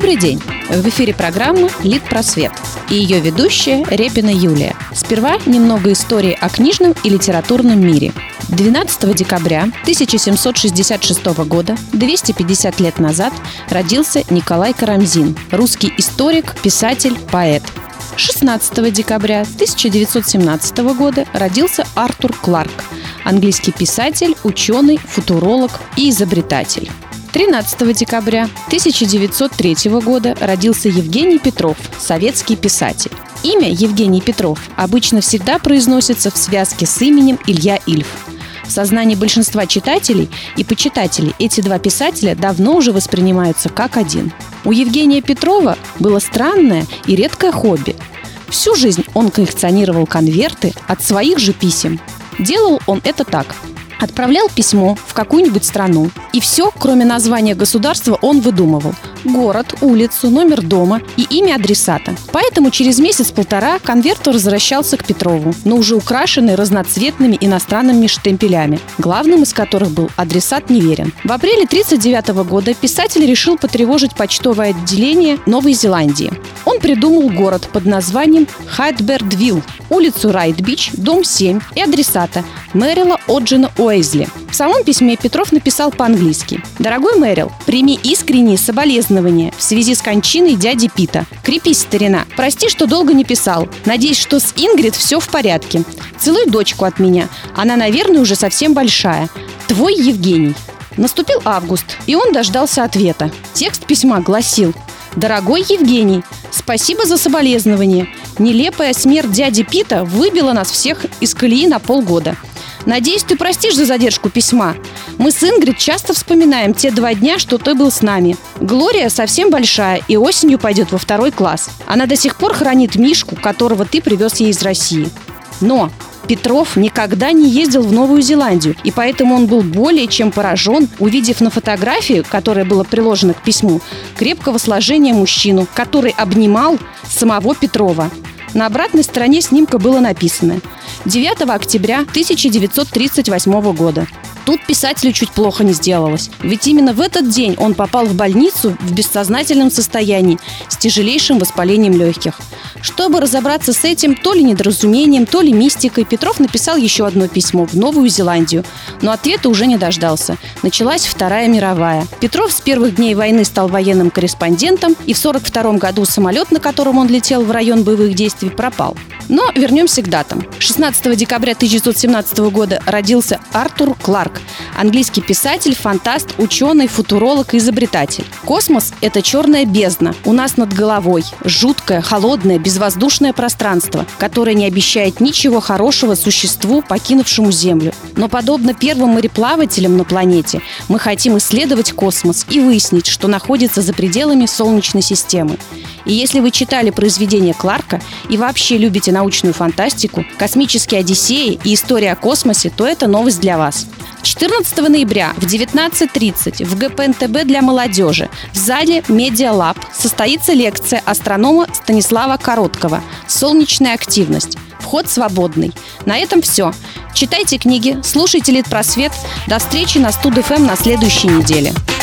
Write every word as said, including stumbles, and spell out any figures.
Добрый день! В эфире программа «Литпросвет» и ее ведущая Репина Юлия. Сперва немного истории о книжном и литературном мире. двенадцатого декабря тысяча семьсот шестьдесят шестого года, двести пятьдесят лет назад, родился Николай Карамзин, русский историк, писатель, поэт. шестнадцатого декабря тысяча девятьсот семнадцатого года родился Артур Кларк, английский писатель, ученый, футуролог и изобретатель. тринадцатого декабря тысяча девятьсот третьего года родился Евгений Петров, советский писатель. Имя Евгений Петров обычно всегда произносится в связке с именем Илья Ильф. В сознании большинства читателей и почитателей эти два писателя давно уже воспринимаются как один. У Евгения Петрова было странное и редкое хобби. Всю жизнь он коллекционировал конверты от своих же писем. Делал он это так. Отправлял письмо в какую-нибудь страну, и все, кроме названия государства, он выдумывал. Город, улицу, номер дома и имя адресата. Поэтому через месяц-полтора конверт возвращался к Петрову, но уже украшенный разноцветными иностранными штемпелями, главным из которых был адресат неверен. В апреле тысяча девятьсот тридцать девятого года писатель решил потревожить почтовое отделение Новой Зеландии. Он придумал город под названием Хайтбердвилл, улицу Райт-Бич, дом семь и адресата Мэрила О'Джина Уэйзли. В самом письме Петров написал по-английски: «Дорогой Мэрил, прими искренние соболезнования в связи с кончиной дяди Пита. Крепись, старина. Прости, что долго не писал. Надеюсь, что с Ингрид все в порядке. Целуй дочку от меня. Она, наверное, уже совсем большая. Твой Евгений». Наступил август, и он дождался ответа. Текст письма гласил: «Дорогой Евгений, спасибо за соболезнование. Нелепая смерть дяди Пита выбила нас всех из колеи на полгода. Надеюсь, ты простишь за задержку письма. Мы с Ингрид часто вспоминаем те два дня, что ты был с нами. Глория совсем большая и осенью пойдет во второй класс. Она до сих пор хранит Мишку, которого ты привез ей из России». Но Петров никогда не ездил в Новую Зеландию, и поэтому он был более чем поражен, увидев на фотографии, которая была приложена к письму, крепкого сложения мужчину, который обнимал самого Петрова. На обратной стороне снимка было написано: девятого октября тысяча девятьсот тридцать восьмого года. Тут писателю чуть плохо не сделалось, ведь именно в этот день он попал в больницу в бессознательном состоянии с тяжелейшим воспалением легких. Чтобы разобраться с этим то ли недоразумением, то ли мистикой, Петров написал еще одно письмо в Новую Зеландию, но ответа уже не дождался. Началась Вторая мировая. Петров с первых дней войны стал военным корреспондентом, и в сорок втором году самолет, на котором он летел в район боевых действий, пропал. Но вернемся к датам. шестнадцатого декабря тысяча девятьсот семнадцатого года родился Артур Кларк, английский писатель, фантаст, ученый, футуролог и изобретатель. Космос – это черная бездна у нас над головой, жуткое, холодное, безвоздушное пространство, которое не обещает ничего хорошего существу, покинувшему Землю. Но подобно первым мореплавателям на планете, мы хотим исследовать космос и выяснить, что находится за пределами Солнечной системы. И если вы читали произведения Кларка и вообще любите научную фантастику, космические одиссеи и история о космосе, то это новость для вас. четырнадцатого ноября в девятнадцать тридцать в гэ пэ эн тэ бэ для молодежи в зале Media Lab состоится лекция астронома Станислава Короткова «Солнечная активность». Вход свободный. На этом все. Читайте книги, слушайте Литпросвет. До встречи на Студ эф эм на следующей неделе.